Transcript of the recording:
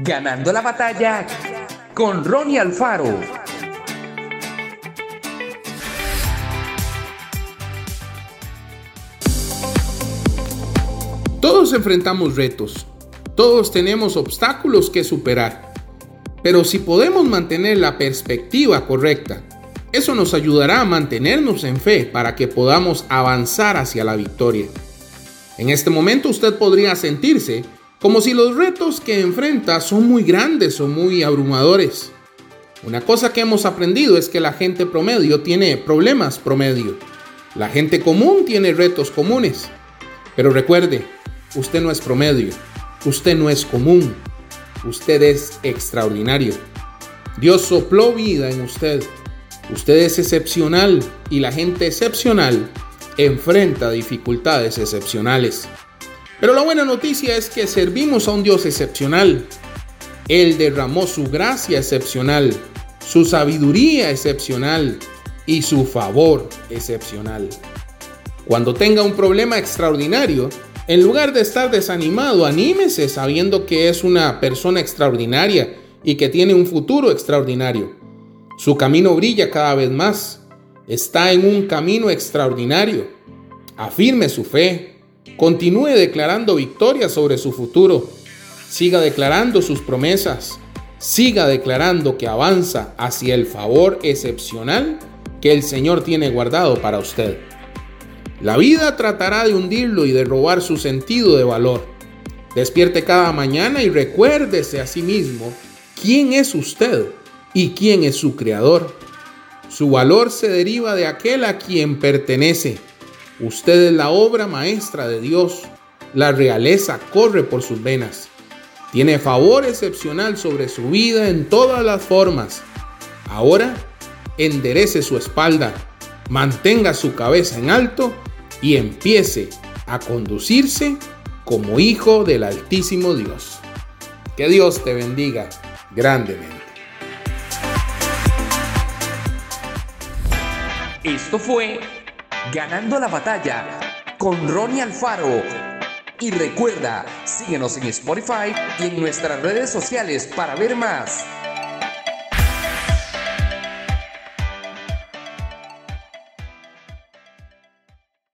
Ganando la batalla con Ronnie Alfaro. Todos enfrentamos retos, todos tenemos obstáculos que superar, pero si podemos mantener la perspectiva correcta, eso nos ayudará a mantenernos en fe para que podamos avanzar hacia la victoria. En este momento usted podría sentirse como si los retos que enfrenta son muy grandes o muy abrumadores. Una cosa que hemos aprendido es que la gente promedio tiene problemas promedio. La gente común tiene retos comunes. Pero recuerde, usted no es promedio, usted no es común, usted es extraordinario. Dios sopló vida en usted. Usted es excepcional y la gente excepcional enfrenta dificultades excepcionales. Pero la buena noticia es que servimos a un Dios excepcional. Él derramó su gracia excepcional, su sabiduría excepcional y su favor excepcional. Cuando tenga un problema extraordinario, en lugar de estar desanimado, anímese sabiendo que es una persona extraordinaria y que tiene un futuro extraordinario. Su camino brilla cada vez más. Está en un camino extraordinario. Afirme su fe. Continúe declarando victoria sobre su futuro. Siga declarando sus promesas. Siga declarando que avanza hacia el favor excepcional que el Señor tiene guardado para usted. La vida tratará de hundirlo y de robar su sentido de valor. Despierte cada mañana y recuérdese a sí mismo quién es usted y quién es su creador. Su valor se deriva de aquel a quien pertenece. Usted es la obra maestra de Dios. La realeza corre por sus venas. Tiene favor excepcional sobre su vida en todas las formas. Ahora, enderece su espalda, mantenga su cabeza en alto y empiece a conducirse como hijo del Altísimo Dios. Que Dios te bendiga grandemente. Esto fue Ganando la batalla con Ronnie Alfaro. Y recuerda, síguenos en Spotify y en nuestras redes sociales para ver más.